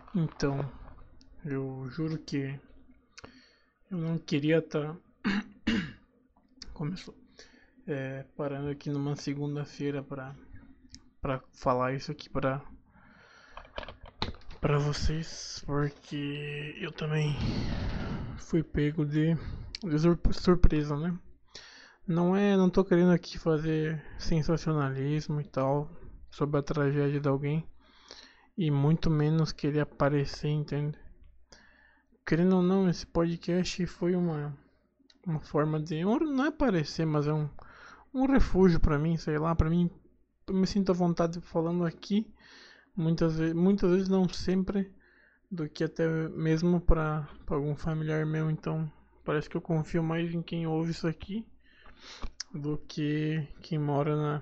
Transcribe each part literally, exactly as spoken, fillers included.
Então, eu juro que eu não queria estar. Começou. É, parando aqui numa segunda-feira pra, pra falar isso aqui pra, pra vocês, porque eu também fui pego de, de surpresa, né? Não é, não tô querendo aqui fazer sensacionalismo e tal sobre a tragédia de alguém e muito menos querer aparecer, entende? Querendo ou não, esse podcast foi uma uma forma de não é aparecer, mas é um um refúgio pra mim, sei lá, pra mim eu me sinto à vontade falando aqui, muitas vezes, muitas vezes não sempre, do que até mesmo pra, pra algum familiar meu, então parece que eu confio mais em quem ouve isso aqui do que quem mora na,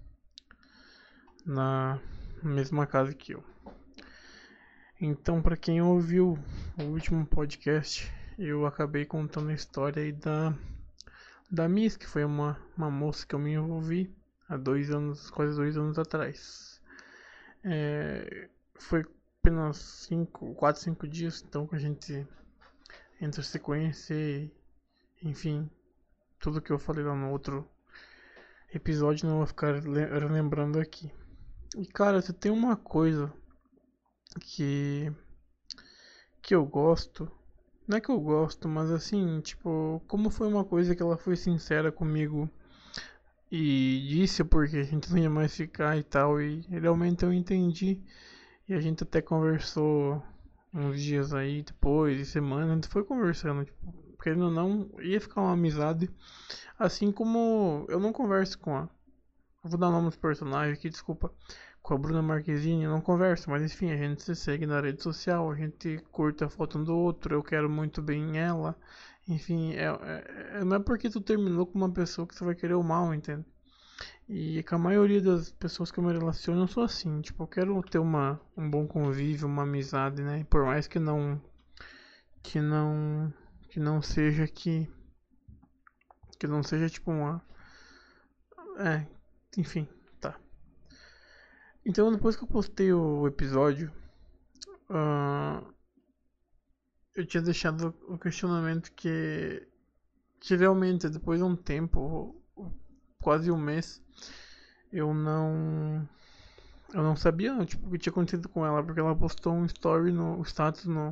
na mesma casa que eu. Então, pra quem ouviu o último podcast, eu acabei contando a história aí da, da Miss, que foi uma, uma moça que eu me envolvi há dois anos, quase dois anos atrás. É, foi apenas cinco, quatro, cinco dias então que a gente entre se conhecer, enfim, tudo que eu falei lá no outro episódio não vou ficar lembrando aqui. E cara, se tem uma coisa que que eu gosto, não é que eu gosto, mas assim, tipo, como foi uma coisa que ela foi sincera comigo e disse porque a gente não ia mais ficar e tal, e realmente eu entendi. E a gente até conversou uns dias aí depois, de semana, a gente foi conversando, tipo, querendo ou não, ia ficar uma amizade. Assim como eu não converso com a. Eu vou dar o nome dos personagens aqui, desculpa. Com a Bruna Marquezine, eu não converso, mas enfim, a gente se segue na rede social, a gente curte a foto um do outro, eu quero muito bem ela. Enfim, é, é, não é porque tu terminou com uma pessoa que você vai querer o mal, entende? E com a maioria das pessoas que eu me relaciono, eu sou assim. Tipo, eu quero ter uma, um bom convívio, uma amizade, né? Por mais que não. Que não. Que não seja que. Que não seja tipo uma. É, enfim, tá. Então depois que eu postei o episódio, ah, eu tinha deixado o questionamento que. Que realmente, depois de um tempo, quase um mês, eu não. Eu não sabia, tipo, o que tinha acontecido com ela, porque ela postou um story no status no,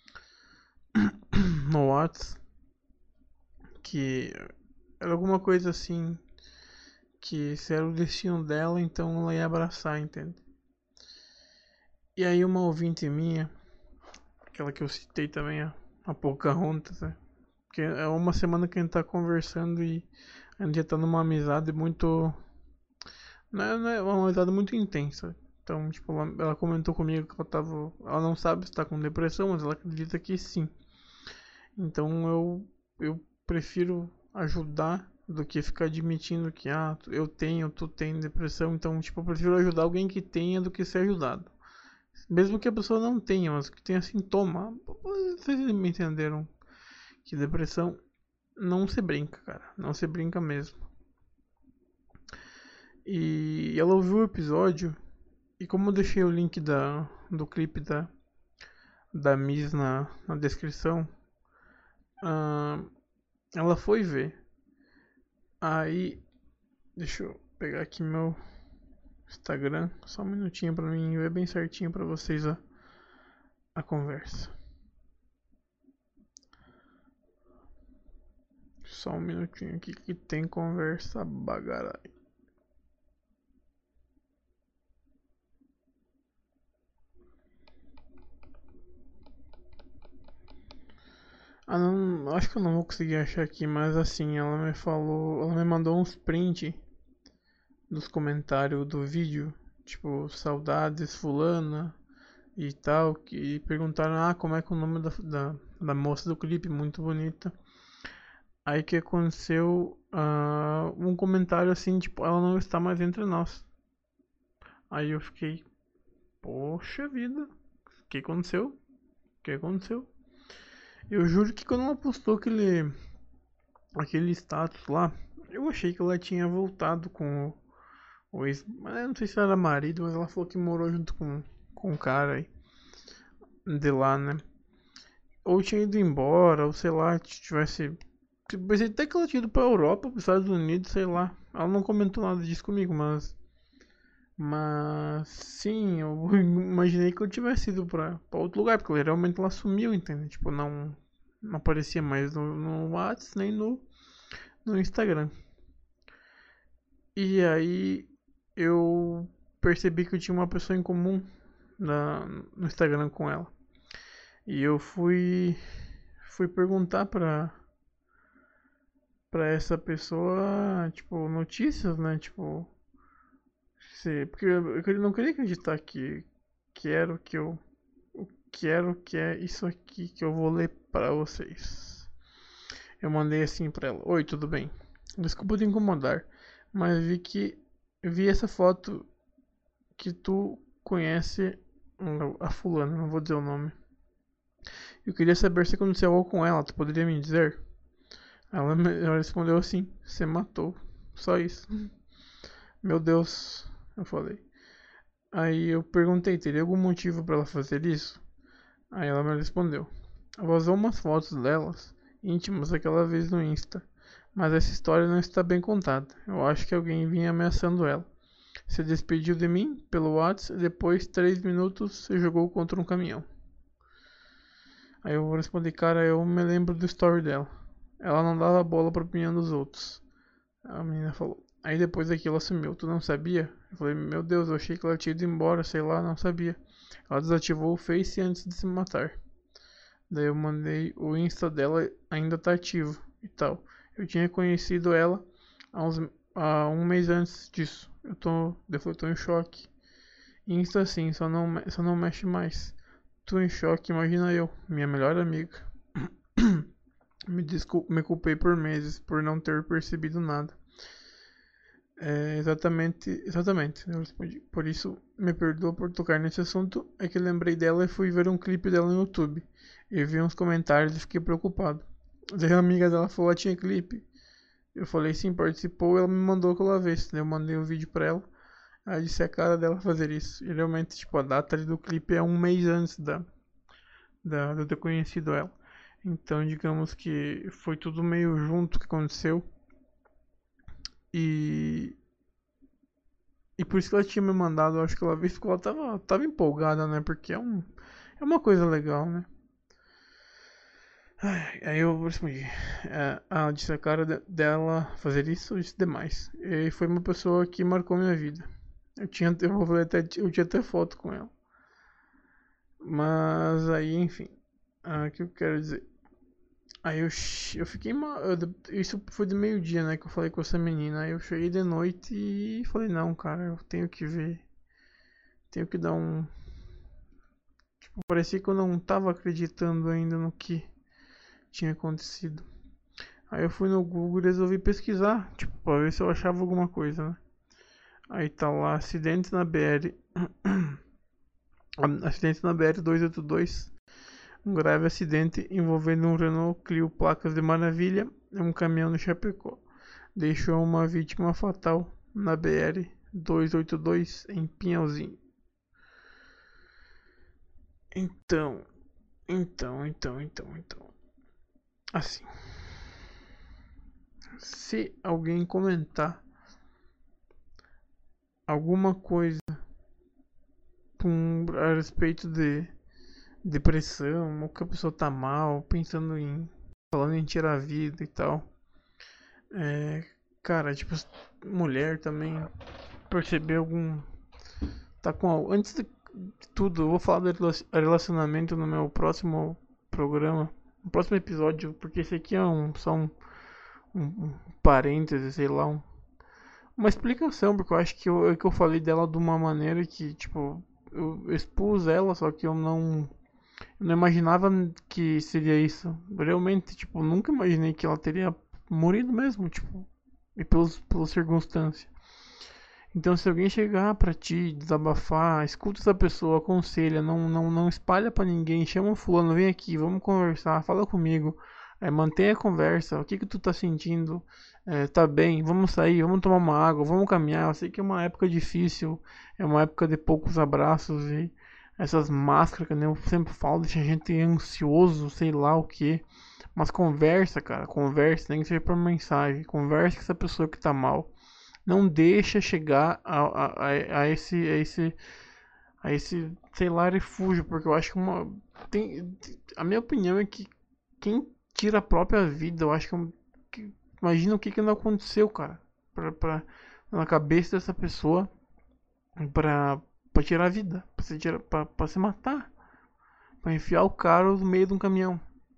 no Whats, que era alguma coisa assim, que se era o destino dela, então ela ia abraçar, entende? E aí uma ouvinte minha, aquela que eu citei também, a, a Pocahontas, né? Porque é uma semana que a gente tá conversando e a gente já tá numa amizade muito. Não é, não é uma amizade muito intensa. Então, tipo, ela, ela comentou comigo que ela tava. Ela não sabe se tá com depressão, mas ela acredita que sim. Então eu, eu prefiro ajudar do que ficar admitindo que ah, eu tenho, tu tem depressão, então tipo, eu prefiro ajudar alguém que tenha do que ser ajudado. Mesmo que a pessoa não tenha, mas que tenha sintoma. Vocês me entenderam que depressão não se brinca, cara. Não se brinca mesmo. E ela ouviu o episódio e como eu deixei o link da, do clipe da, da Miss na, na descrição, ah, ela foi ver. Aí, deixa eu pegar aqui meu Instagram, só um minutinho pra mim ver bem certinho pra vocês a, a conversa. Só um minutinho aqui que tem conversa bagarai. Ah, não, acho que eu não vou conseguir achar aqui, mas assim, ela me falou, ela me mandou uns print dos comentários do vídeo, tipo, saudades fulana e tal, que perguntaram, ah, como é que é o nome da, da, da moça do clipe, muito bonita. Aí que aconteceu uh, um comentário assim, tipo, ela não está mais entre nós. Aí eu fiquei, poxa vida, o que aconteceu? O que aconteceu? Eu juro que quando ela postou aquele, aquele status lá, eu achei que ela tinha voltado com o, o ex. Mas eu não sei se era marido, mas ela falou que morou junto com, com o cara aí. de lá, né? Ou tinha ido embora, ou sei lá, tivesse. Pensei até que ela tinha ido pra Europa, pros Estados Unidos, sei lá. Ela não comentou nada disso comigo, mas. Mas sim, eu imaginei que eu tivesse ido pra, pra outro lugar, porque realmente ela sumiu, entende? Tipo, não, não aparecia mais no, no WhatsApp nem no, no Instagram. E aí eu percebi que eu tinha uma pessoa em comum na, no Instagram com ela. E eu fui fui perguntar pra, pra essa pessoa, tipo, notícias, né? Tipo, se, porque eu, eu não queria acreditar que, que era o que eu o que era o que é isso aqui que eu vou ler pra vocês. Eu mandei assim pra ela: Oi, tudo bem? Desculpa te incomodar, mas vi que vi essa foto que tu conhece a fulana, não vou dizer o nome. Eu queria saber se aconteceu algo com ela, tu poderia me dizer? Ela, ela respondeu assim: Você matou. Só isso. Meu Deus, eu falei. Aí eu perguntei: Teria algum motivo pra ela fazer isso? Aí ela me respondeu: Vazou umas fotos delas, íntimas aquela vez no Insta. Mas essa história não está bem contada. Eu acho que alguém vinha ameaçando ela. Se despediu de mim pelo WhatsApp e depois, três minutos, se jogou contra um caminhão. Aí eu respondi: Cara, eu me lembro do story dela. Ela não dava bola pra opinião dos outros. A menina falou. Aí depois daquilo ela sumiu. Tu não sabia? Eu falei: Meu Deus, eu achei que ela tinha ido embora, sei lá, não sabia. Ela desativou o Face antes de se matar. Daí eu mandei o Insta dela, ainda tá ativo e tal. Eu tinha conhecido ela há, uns, há um mês antes disso. Eu tô, eu tô em choque. Insta sim, só não, só não mexe mais. Tô em choque, imagina eu, minha melhor amiga. Me, desculpe, me culpei por meses por não ter percebido nada. É, exatamente, exatamente, eu respondi. Por isso, me perdoa por tocar nesse assunto. É que lembrei dela e fui ver um clipe dela no YouTube. Eu vi uns comentários e fiquei preocupado. Daí a amiga dela falou: ah, tinha clipe. Eu falei: sim, participou. Ela me mandou aquela vez. Eu mandei o um vídeo pra ela. Aí disse: é a cara dela fazer isso. E realmente, tipo, a data do clipe é um mês antes da, da, de eu ter conhecido ela. Então, digamos que foi tudo meio junto que aconteceu. E E por isso que ela tinha me mandado, eu acho que ela viu que ela tava, tava empolgada, né? Porque é, um, é uma coisa legal, né? Ai, aí eu respondi. É, ela disse a cara de, dela fazer isso, isso demais. E foi uma pessoa que marcou minha vida. Eu tinha, eu vou até, eu tinha até foto com ela. Mas aí, enfim. Ah, o que eu quero dizer? Aí eu, eu fiquei mal. Isso foi de meio-dia, né? Que eu falei com essa menina. Aí eu cheguei de noite e falei: não, cara, eu tenho que ver. Tenho que dar um. Parecia que eu não tava acreditando ainda no que tinha acontecido. Aí eu fui no Google e resolvi pesquisar, tipo, pra ver se eu achava alguma coisa, né? Aí tá lá: acidente na B R. Acidente na B R duzentos e oitenta e dois. Um grave acidente envolvendo um Renault Clio placas de Maravilha e um caminhão no Chapecó. Deixou uma vítima fatal na B R duzentos e oitenta e dois em Pinhalzinho. Então, então, então, então, então. Assim, se alguém comentar alguma coisa com, a respeito de depressão, ou que a pessoa tá mal, pensando em. Falando em tirar a vida e tal. É, cara, tipo, mulher também perceber algum. Tá com. Antes de tudo, eu vou falar do relacionamento no meu próximo programa, no próximo episódio, porque esse aqui é um, só um, um, um parêntese, sei lá, um, uma explicação, porque eu acho que eu, que eu falei dela de uma maneira que, tipo, eu expus ela, só que eu não. Eu não imaginava que seria isso. Realmente, tipo, nunca imaginei que ela teria morrido mesmo, tipo, e pelos, pelas circunstâncias. Então, se alguém chegar pra ti, desabafar, escuta essa pessoa, aconselha, não, não, não espalha pra ninguém, chama o fulano, vem aqui, vamos conversar, fala comigo, é, mantenha a conversa, o que que tu tá sentindo, é, tá bem, vamos sair, vamos tomar uma água, vamos caminhar. Eu sei que é uma época difícil, é uma época de poucos abraços e essas máscaras que eu sempre falo, deixa a gente ansioso, sei lá o que. Mas conversa, cara, conversa, nem que seja por mensagem. Conversa com essa pessoa que tá mal. Não deixa chegar a, a, a, a esse, a esse, a esse, sei lá, refúgio, porque eu acho que uma, tem, a minha opinião é que quem tira a própria vida, eu acho que, é um- que imagina o que que não aconteceu, cara, pra, pra, na cabeça dessa pessoa pra, pra tirar a vida, pra se, tirar, pra, pra se matar, pra enfiar o cara no meio de um caminhão.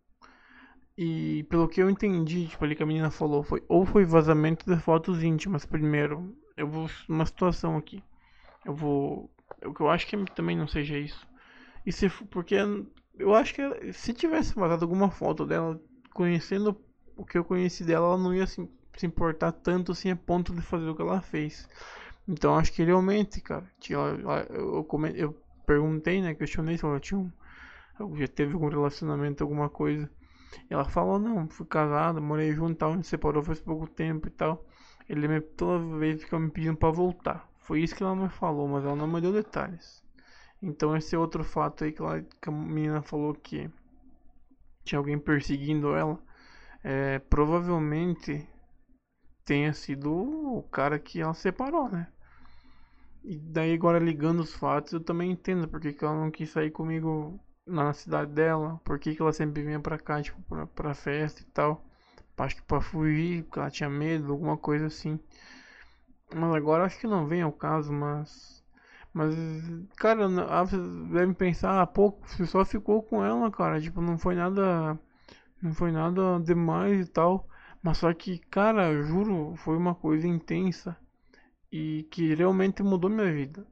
E pelo que eu entendi, tipo, ali que a menina falou, foi ou foi vazamento de fotos íntimas primeiro. Eu vou uma situação aqui. Eu vou, o que eu acho que também não seja isso. E se porque eu acho que se tivesse vazado alguma foto dela, conhecendo o que eu conheci dela, ela não ia se, se importar tanto assim a ponto de fazer o que ela fez. Então acho que realmente, cara, tinha, eu, eu, eu perguntei, né, questionei se ela tinha um, já teve algum relacionamento, alguma coisa. E ela falou, não, fui casada, morei junto e tal, a gente separou faz pouco tempo e tal. Ele me, toda vez fica me pedindo pra voltar. Foi isso que ela me falou, mas ela não me deu detalhes. Então esse é outro fato aí que, ela, que a menina falou que tinha alguém perseguindo ela. É, provavelmente tenha sido o cara que ela separou, né? E daí agora ligando os fatos, eu também entendo porque que ela não quis sair comigo na cidade dela, porque que ela sempre vinha pra cá, tipo, pra, pra festa e tal. Acho que pra fugir, porque ela tinha medo, alguma coisa assim. Mas agora acho que não vem ao caso, mas. Mas, cara, ah, você deve pensar, ah, pô, você só ficou com ela, cara. Tipo, não foi nada. Não foi nada demais e tal. Mas só que, cara, eu juro, foi uma coisa intensa. E que realmente mudou minha vida.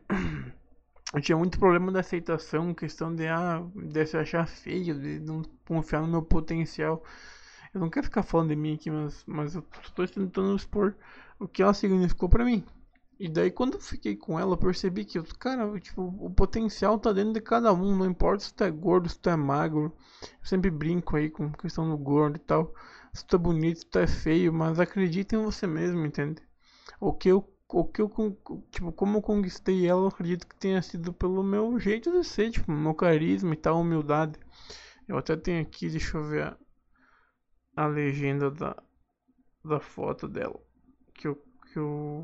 Eu tinha muito problema da aceitação, questão de, ah, de se achar feio, de não confiar no meu potencial. Eu não quero ficar falando de mim aqui, mas, mas eu tô tentando expor o que ela significou pra mim. E daí quando eu fiquei com ela, eu percebi que, cara, tipo, o potencial tá dentro de cada um, não importa se tu é gordo, se tu é magro. Eu sempre brinco aí com questão do gordo e tal. Se tu é bonito, se tu é feio, mas acredita em você mesmo, entende? O que eu, o que eu, tipo, como eu conquistei ela, eu acredito que tenha sido pelo meu jeito de ser, tipo, meu carisma e tal, humildade. Eu até tenho aqui, deixa eu ver a, a legenda da, da foto dela, que eu, que eu,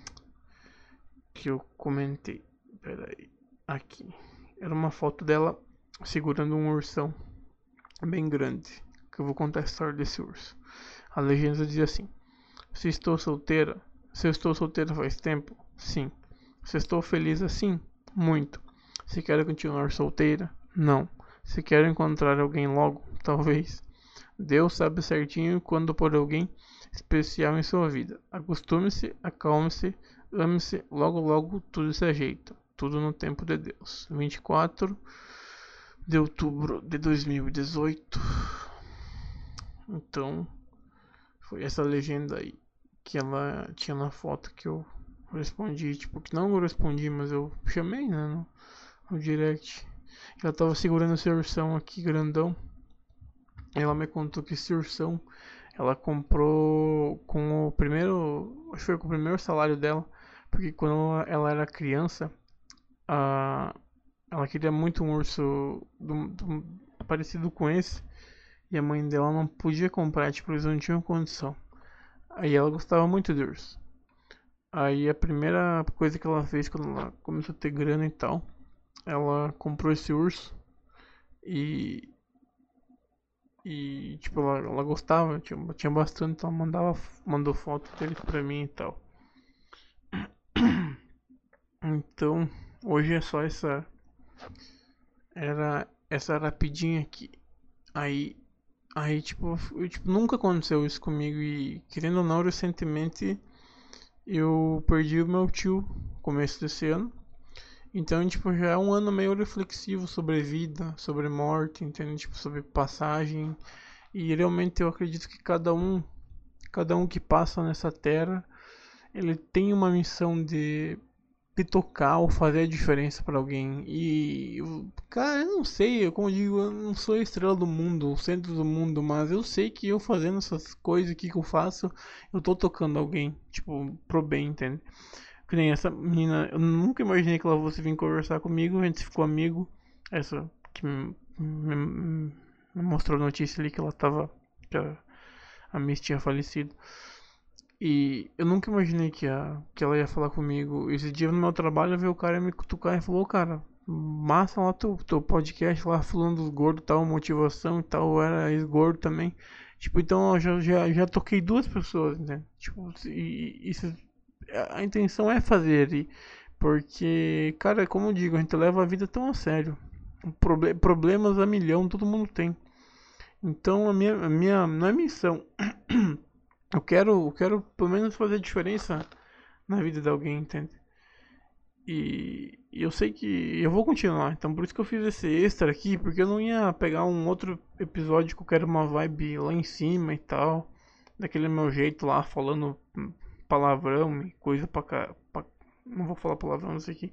que eu comentei. Pera aí, aqui. Era uma foto dela segurando um ursão bem grande, que eu vou contar a história desse urso. A legenda dizia assim: se estou solteira, se eu estou solteira faz tempo, sim. Se estou feliz assim, muito. Se quero continuar solteira, não. Se quero encontrar alguém logo, talvez. Deus sabe certinho quando pôr alguém especial em sua vida. Acostume-se, acalme-se, ame-se, logo logo tudo se ajeita. Tudo no tempo de Deus. vinte e quatro de outubro de dois mil e dezoito. Então, foi essa legenda aí que ela tinha na foto que eu respondi, tipo, que não eu respondi, mas eu chamei, né, no, no direct. Ela tava segurando esse ursão aqui, grandão. Ela me contou que esse ursão ela comprou com o primeiro, acho que foi com o primeiro salário dela, porque quando ela era criança, a, ela queria muito um urso do, do, parecido com esse, e a mãe dela não podia comprar, tipo, eles não tinham condição. Aí ela gostava muito de urso. Aí a primeira coisa que ela fez quando ela começou a ter grana e tal, ela comprou esse urso e e tipo ela, ela gostava, tinha, tinha bastante, então ela mandava mandou foto dele pra mim e tal. Então, hoje é só essa era essa rapidinha aqui. Aí aí tipo, eu, tipo nunca aconteceu isso comigo e querendo ou não recentemente eu perdi o meu tio começo desse ano. Então, tipo, já é um ano meio reflexivo sobre vida, sobre morte, entende? Tipo, sobre passagem. E realmente eu acredito que cada um, cada um que passa nessa terra, ele tem uma missão de, de tocar ou fazer a diferença para alguém. E, cara, eu não sei, eu, como eu digo, eu não sou a estrela do mundo, o centro do mundo, mas eu sei que eu fazendo essas coisas aqui que eu faço, eu tô tocando alguém, tipo, pro bem, entende? Que nem essa menina, eu nunca imaginei que ela fosse vir conversar comigo, a gente ficou amigo. Essa que me, me, me mostrou a notícia ali que ela tava. Que a, a Miss tinha falecido. E eu nunca imaginei que, a, que ela ia falar comigo. Esse dia no meu trabalho veio o cara me cutucar e falou, cara, massa lá teu, teu podcast lá falando dos gordos e tal, motivação e tal, eu era ex-gordo também. Tipo, então eu já, já, já toquei duas pessoas, né? Tipo, e, isso, a intenção é fazer, e, porque, cara, como eu digo, a gente leva a vida tão a sério. Proble problemas a milhão, todo mundo tem. Então a minha, a minha não é missão. Eu quero, eu quero pelo menos fazer diferença na vida de alguém, entende? E, e eu sei que eu vou continuar, então por isso que eu fiz esse extra aqui, porque eu não ia pegar um outro episódio que eu quero uma vibe lá em cima e tal, daquele meu jeito lá, falando palavrão e coisa pra cá. Pra, não vou falar palavrão nisso aqui.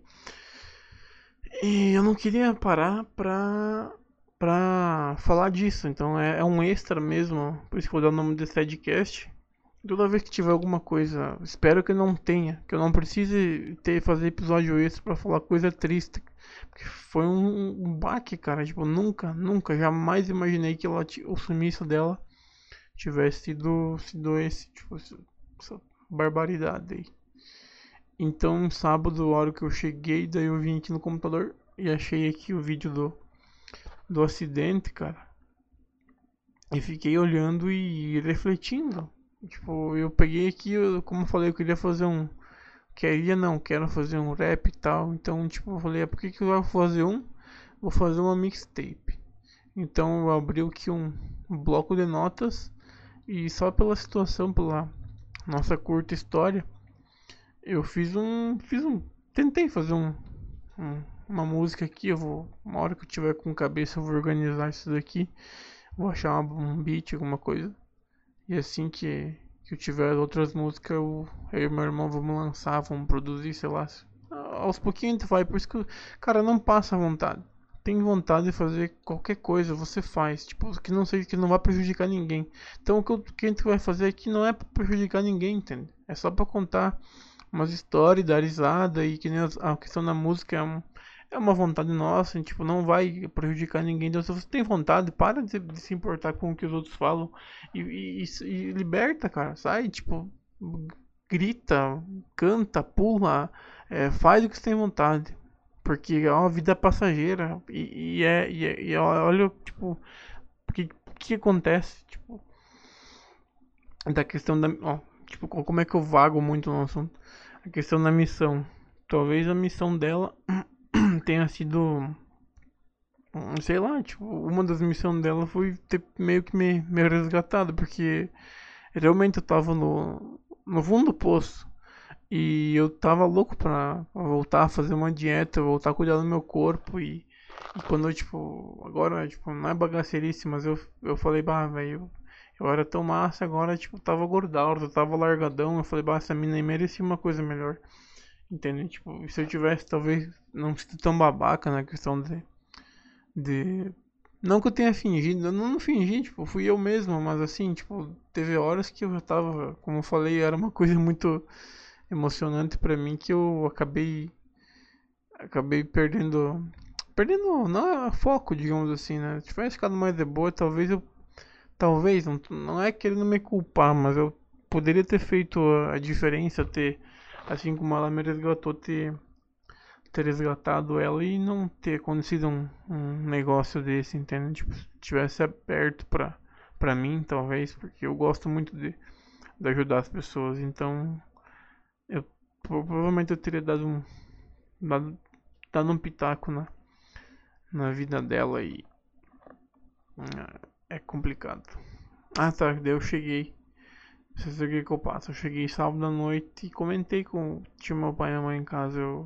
E eu não queria parar pra, pra falar disso, então é, é um extra mesmo, por isso que eu vou dar o nome desse podcast. Toda vez que tiver alguma coisa, espero que não tenha, que eu não precise ter fazer episódio extra pra falar coisa triste, porque foi um, um baque, cara. Tipo, nunca, nunca, jamais imaginei que ela, o sumiço dela tivesse sido, sido esse, tipo, essa barbaridade aí. Então, sábado, a hora que eu cheguei, daí eu vim aqui no computador e achei aqui o vídeo do, do acidente, cara. E fiquei olhando e refletindo. Tipo, eu peguei aqui, eu, como eu falei, eu queria fazer um. Queria não, quero fazer um rap e tal. Então, tipo, eu falei, é por que, que eu vou fazer um? Vou fazer uma mixtape. Então eu abri aqui um, um bloco de notas. E só pela situação, pela nossa curta história, eu fiz um. Fiz um. Tentei fazer um, um uma música aqui. Eu vou. Uma hora que eu tiver com cabeça, eu vou organizar isso daqui. Vou achar um beat, alguma coisa. E assim que, que eu tiver outras músicas, eu, eu e meu irmão vamos lançar, vamos produzir, sei lá. Aos pouquinhos a gente vai, por isso que, cara, não passa vontade. Tem vontade de fazer qualquer coisa, você faz. Tipo, que não seja, que não vai prejudicar ninguém. Então o que, eu, que a gente vai fazer aqui não é pra prejudicar ninguém, entende? É só pra contar umas histórias, dar risada e que nem a questão da música é um, é uma vontade nossa, e, tipo, não vai prejudicar ninguém. Então, se você tem vontade, para de, de se importar com o que os outros falam e, e, e, e liberta, cara. Sai, tipo, grita, canta, pula, é, faz o que você tem vontade. Porque é uma vida passageira e, e é, e, é, e olha, tipo, o que, que acontece, tipo, da questão da, ó, tipo, como é que eu vago muito no assunto. A questão da missão. Talvez a missão dela tenha sido, sei lá, tipo, uma das missões dela foi ter meio que me, me resgatado, porque realmente eu tava no, no fundo do poço. E eu tava louco pra voltar a fazer uma dieta, voltar a cuidar do meu corpo. E, e quando eu, tipo, agora, tipo, não é bagaceirice, mas eu, eu falei, bah, velho, eu, eu era tão massa, agora, tipo, tava gordão, eu tava largadão. Eu falei, bah, essa mina aí merecia uma coisa melhor. Entende? Tipo, se eu tivesse, talvez, não sido tão babaca na questão de, de... Não que eu tenha fingido, eu não fingi, tipo, fui eu mesmo, mas assim, tipo, teve horas que eu já tava, como eu falei, era uma coisa muito emocionante pra mim que eu acabei acabei perdendo perdendo não é foco, digamos assim, né? Se tivesse ficado mais de boa, talvez eu talvez não, não é querendo me culpar, mas eu poderia ter feito a diferença, ter assim como ela me resgatou, ter ter resgatado ela e não ter acontecido um, um negócio desse, entende? Tipo, se tivesse aberto pra, pra mim, talvez, porque eu gosto muito de, de ajudar as pessoas, então eu provavelmente eu teria dado um dado, dado um pitaco na, na vida dela e é complicado. Ah tá, daí eu cheguei. Não sei se é o que que eu passo. Eu cheguei sábado à noite e comentei com tinha meu pai e minha mãe em casa. Eu,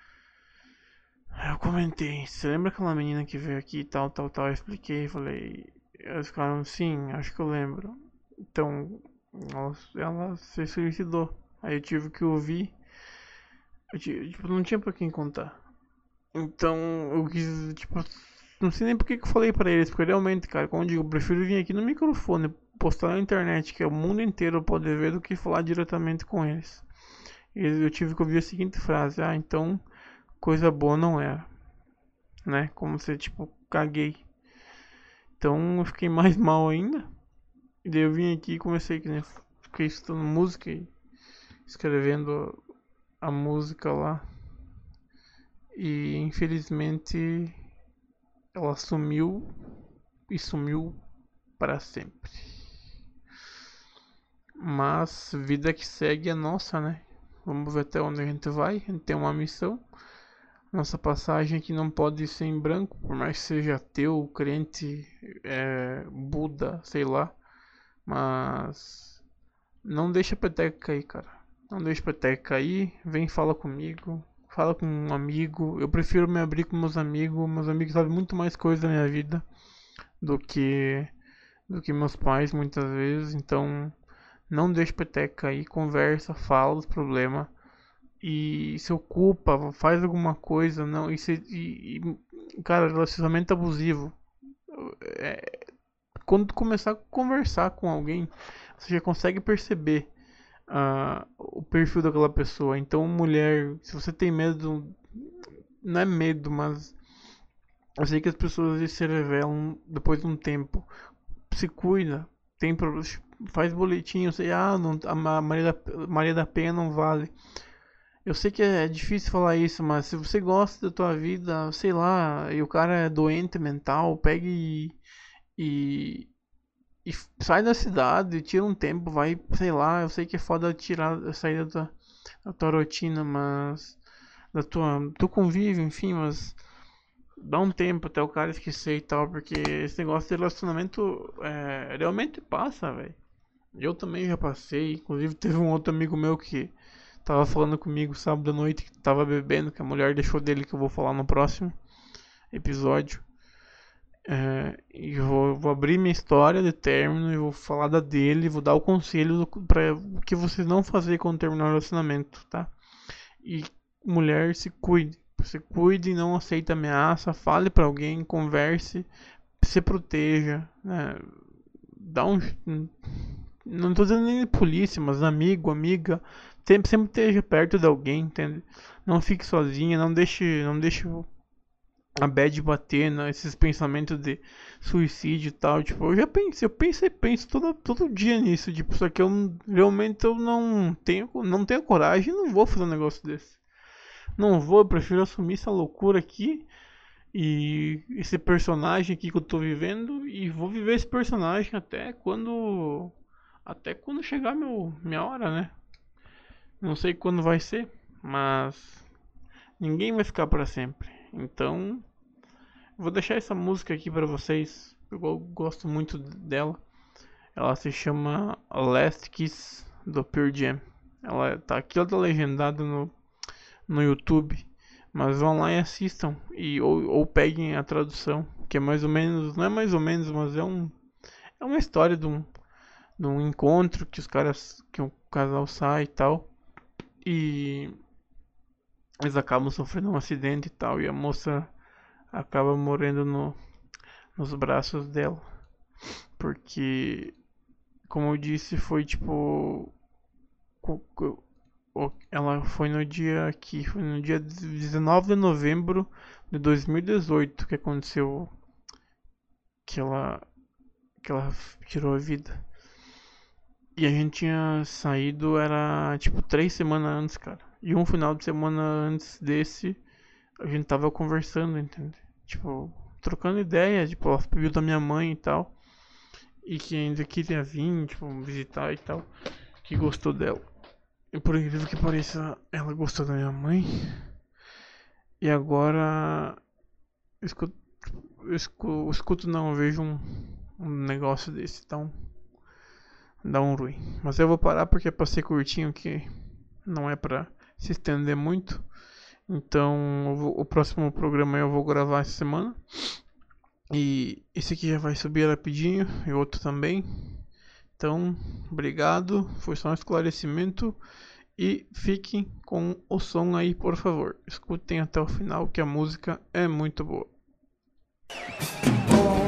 eu comentei. Você lembra aquela menina que veio aqui e tal, tal, tal? Eu expliquei, falei. Eles ficaram, sim, acho que eu lembro. Então, ela, ela se suicidou. Aí eu tive que ouvir. Eu, tipo, não tinha pra quem contar. Então, eu quis, tipo, não sei nem por que que eu falei pra eles, porque realmente, cara, como eu digo, eu prefiro vir aqui no microfone, postar na internet, que é o mundo inteiro pode ver, do que falar diretamente com eles. eu tive que ouvir a seguinte frase: ah, então coisa boa não era, né? Como se tipo, caguei. Então eu fiquei mais mal ainda. E daí eu vim aqui e comecei, que né, fiquei estudando música e escrevendo a música lá. E infelizmente ela sumiu e sumiu para sempre. Mas vida que segue é nossa, né? Vamos ver até onde a gente vai. A gente tem uma missão. Nossa passagem aqui não pode ser em branco, por mais que seja ateu, crente, é, Buda, sei lá. Mas não deixa a peteca cair, cara. Não deixa a peteca cair. Vem, fala comigo. Fala com um amigo. Eu prefiro me abrir com meus amigos. Meus amigos sabem muito mais coisa da minha vida do que do que meus pais muitas vezes. Então não deixa a peteca cair. Conversa, fala dos problemas e se ocupa, faz alguma coisa, não, e, se, e, e cara, relacionamento abusivo, é, quando tu começar a conversar com alguém, você já consegue perceber uh, o perfil daquela pessoa. Então, mulher, se você tem medo, não é medo, mas eu sei que as pessoas se revelam depois de um tempo. Se cuida, tem problemas, faz boletim, eu sei, ah, não, a Maria da, Maria da Penha não vale. Eu sei que é difícil falar isso, mas se você gosta da tua vida, sei lá, e o cara é doente mental, pegue e, e, e sai da cidade, tira um tempo, vai, sei lá, eu sei que é foda tirar, sair da tua, da tua rotina, mas da tua, do convívio, enfim, mas dá um tempo até o cara esquecer e tal, porque esse negócio de relacionamento é, realmente passa, velho. Eu também já passei, inclusive teve um outro amigo meu que tava falando comigo sábado à noite que tava bebendo, que a mulher deixou dele, que eu vou falar no próximo episódio. É, e vou, vou abrir minha história de término e vou falar da dele, vou dar o conselho para o que vocês não fazer quando terminar o relacionamento, tá? E mulher, se cuide, se cuide e não aceite ameaça, fale para alguém, converse, se proteja, né? Dá um, não tô dizendo nem de polícia, mas amigo, amiga, sempre, sempre esteja perto de alguém, entende? Não fique sozinha, não deixe, não deixe a bad bater, né? Esses pensamentos de suicídio e tal. Tipo, eu já pensei, eu pensei, penso todo, todo dia nisso, tipo, só que eu realmente eu não tenho, não tenho coragem, não vou fazer um negócio desse. Não vou, eu prefiro assumir essa loucura aqui e esse personagem aqui que eu tô vivendo e vou viver esse personagem até quando até quando chegar meu minha hora, né? Não sei quando vai ser, mas ninguém vai ficar para sempre. Então, vou deixar essa música aqui para vocês. Eu gosto muito dela. Ela se chama Last Kiss do Pearl Jam. Ela tá aqui, ela tá legendada no no YouTube, mas vão lá e assistam e ou, ou peguem a tradução, que é mais ou menos, não é mais ou menos, mas é um é uma história de um de um encontro que os caras que o casal sai e tal. E eles acabam sofrendo um acidente e tal. E a moça acaba morrendo no, nos braços dela. Porque, como eu disse, foi tipo. Ela foi no dia aqui, foi no dia dezenove de novembro de dois mil e dezoito que aconteceu que ela, que ela tirou a vida. E a gente tinha saído, era tipo três semanas antes, cara. E um final de semana antes desse, a gente tava conversando, entende? Tipo, trocando ideia, tipo, ela viu da minha mãe e tal. E que ainda queria vir, tipo, visitar e tal. Que gostou dela. E por incrível que pareça, ela gostou da minha mãe. E agora. Eu escuto, eu escuto, eu escuto não, eu vejo um, um negócio desse, então. Dá um ruim. Mas eu vou parar porque é pra ser curtinho, que não é pra se estender muito. Então, vou, o próximo programa eu vou gravar essa semana. E esse aqui já vai subir rapidinho. E outro também. Então, obrigado. Foi só um esclarecimento. E fiquem com o som aí, por favor. Escutem até o final, que a música é muito boa.